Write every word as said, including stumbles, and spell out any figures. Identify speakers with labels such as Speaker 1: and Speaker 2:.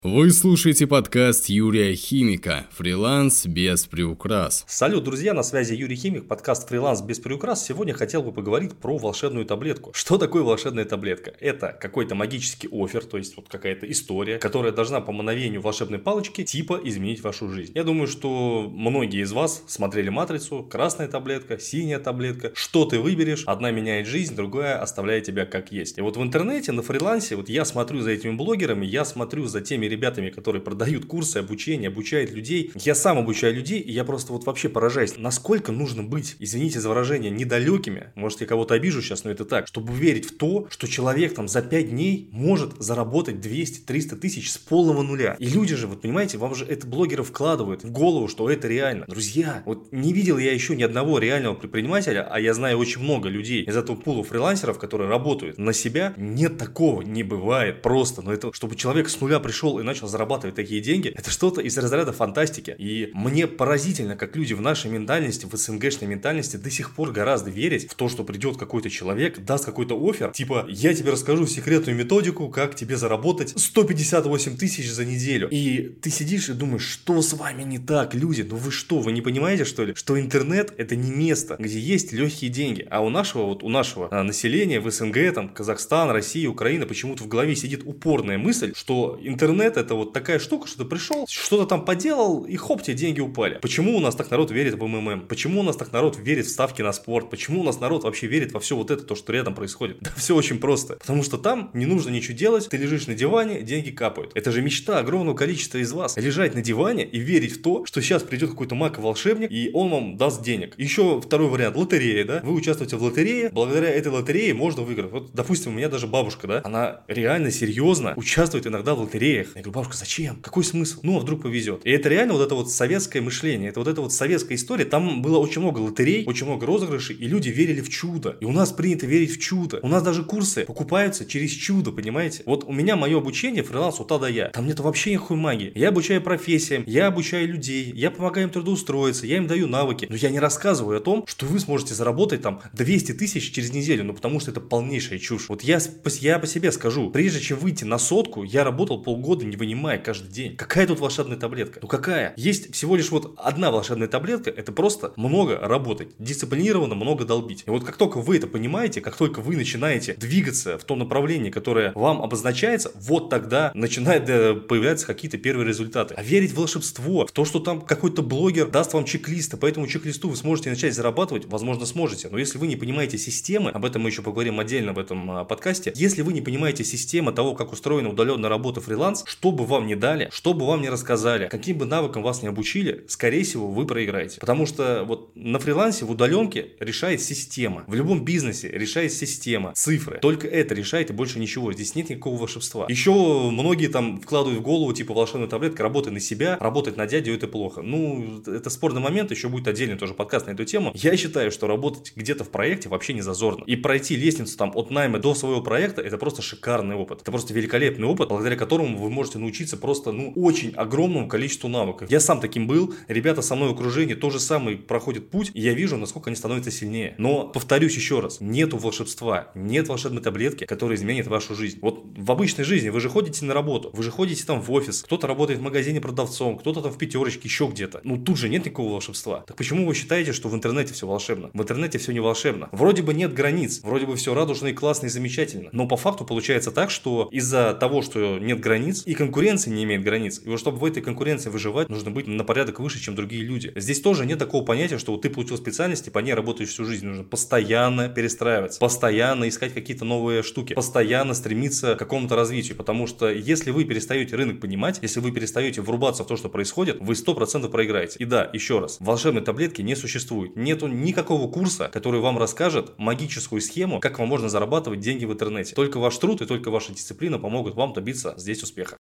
Speaker 1: Вы слушаете подкаст Юрия Химика «Фриланс без приукрас».
Speaker 2: Салют, друзья, на связи Юрий Химик, подкаст «Фриланс без приукрас». Сегодня хотел бы поговорить про волшебную таблетку. Что такое волшебная таблетка? Это какой-то магический оффер, то есть вот какая-то история, которая должна по мановению волшебной палочки типа изменить вашу жизнь. Я думаю, что многие из вас смотрели «Матрицу», красная таблетка, синяя таблетка. Что ты выберешь? Одна меняет жизнь, другая оставляет тебя как есть. И вот в интернете, на фрилансе, вот я смотрю за этими блогерами, я смотрю за теми ребятами, которые продают курсы обучения, обучают людей. Я сам обучаю людей, и я просто вот вообще поражаюсь, насколько нужно быть, извините за выражение, недалекими. Может, я кого-то обижу сейчас, но это так, чтобы верить в то, что человек там за пять дней может заработать двести-триста тысяч с полного нуля. И люди же, вот понимаете, вам же это блогеры вкладывают в голову, что это реально. Друзья, вот не видел я еще ни одного реального предпринимателя, а я знаю очень много людей из этого пула фрилансеров, которые работают на себя. Нет такого, не бывает просто. Но это, чтобы человек с нуля пришел и начал зарабатывать такие деньги, это что-то из разряда фантастики. И мне поразительно, как люди в нашей ментальности, в СНГшной ментальности до сих пор гораздо верить в то, что придет какой-то человек, даст какой-то оффер, типа, я тебе расскажу секретную методику, как тебе заработать сто пятьдесят восемь тысяч за неделю. И ты сидишь и думаешь, что с вами не так, люди? Ну вы что, вы не понимаете, что ли? Что интернет это не место, где есть легкие деньги. А у нашего, вот у нашего а, населения в СНГ, там, Казахстан, Россия, Украина, почему-то в голове сидит упорная мысль, что интернет это вот такая штука, что ты пришел, что-то там поделал, и хоп, тебе деньги упали. Почему у нас так народ верит в МММ? Почему у нас так народ верит в ставки на спорт? Почему у нас народ вообще верит во все вот это, то, что рядом происходит? Да все очень просто. Потому что там не нужно ничего делать, ты лежишь на диване, деньги капают. Это же мечта огромного количества из вас. Лежать на диване и верить в то, что сейчас придет какой-то маг-волшебник, и он вам даст денег. Еще второй вариант, лотерея, да? Вы участвуете в лотерее, благодаря этой лотерее можно выиграть. Вот, допустим, у меня даже бабушка, да, она реально серьезно участвует иногда в лотереях. Я говорю, бабушка, зачем? Какой смысл? Ну, а вдруг повезет. И это реально вот это вот советское мышление, это вот эта вот советская история. Там было очень много лотерей, очень много розыгрышей, и люди верили в чудо. И у нас принято верить в чудо. У нас даже курсы покупаются через чудо, понимаете? Вот у меня мое обучение фрилансу та да я. Там нет вообще никакой магии. Я обучаю профессиям, я обучаю людей, я помогаю им трудоустроиться, я им даю навыки. Но я не рассказываю о том, что вы сможете заработать там двести тысяч через неделю, ну потому что это полнейшая чушь. Вот я, я по себе скажу, прежде чем выйти на сотку, я работал полгода, не вынимая каждый день. Какая тут волшебная таблетка? Ну какая? Есть всего лишь вот одна волшебная таблетка, это просто много работать, дисциплинированно много долбить. И вот как только вы это понимаете, как только вы начинаете двигаться в том направлении, которое вам обозначается, вот тогда начинают появляться какие-то первые результаты. А верить в волшебство, в то, что там какой-то блогер даст вам чек-лист, и по этому чек-листу вы сможете начать зарабатывать, возможно, сможете. Но если вы не понимаете системы, об этом мы еще поговорим отдельно в этом а, подкасте, если вы не понимаете систему того, как устроена удаленная работа фриланс, что бы вам ни дали, что бы вам ни рассказали, каким бы навыкам вас не обучили, скорее всего, вы проиграете. Потому что вот на фрилансе, в удаленке решает система. В любом бизнесе решает система, цифры. Только это решает и больше ничего. Здесь нет никакого волшебства. Еще многие там вкладывают в голову, типа, волшебная таблетка, работай на себя, работать на дядю, это плохо. Ну, это спорный момент, еще будет отдельный тоже подкаст на эту тему. Я считаю, что работать где-то в проекте вообще не зазорно. И пройти лестницу там от найма до своего проекта, это просто шикарный опыт. Это просто великолепный опыт, благодаря которому вы можете научиться просто, ну, очень огромному количеству навыков. Я сам таким был, ребята со мной в окружении тоже самый проходят путь, и я вижу, насколько они становятся сильнее. Но, повторюсь еще раз, нету волшебства, нет волшебной таблетки, которая изменит вашу жизнь. Вот в обычной жизни вы же ходите на работу, вы же ходите там в офис, кто-то работает в магазине продавцом, кто-то там в пятерочке, еще где-то. Ну, тут же нет никакого волшебства. Так почему вы считаете, что в интернете все волшебно? В интернете все не волшебно. Вроде бы нет границ, вроде бы все радужно и классно и замечательно, но по факту получается так, что из-за того, что нет границ, и конкуренция не имеет границ, и вот чтобы в этой конкуренции выживать, нужно быть на порядок выше, чем другие люди. Здесь тоже нет такого понятия, что вот ты получил специальность, и по ней работаешь всю жизнь. Нужно постоянно перестраиваться, постоянно искать какие-то новые штуки, постоянно стремиться к какому-то развитию, потому что если вы перестаете рынок понимать, если вы перестаете врубаться в то, что происходит, вы сто процентов проиграете. И да, еще раз, волшебной таблетки не существует. Нету никакого курса, который вам расскажет магическую схему, как вам можно зарабатывать деньги в интернете. Только ваш труд и только ваша дисциплина помогут вам добиться здесь успеха.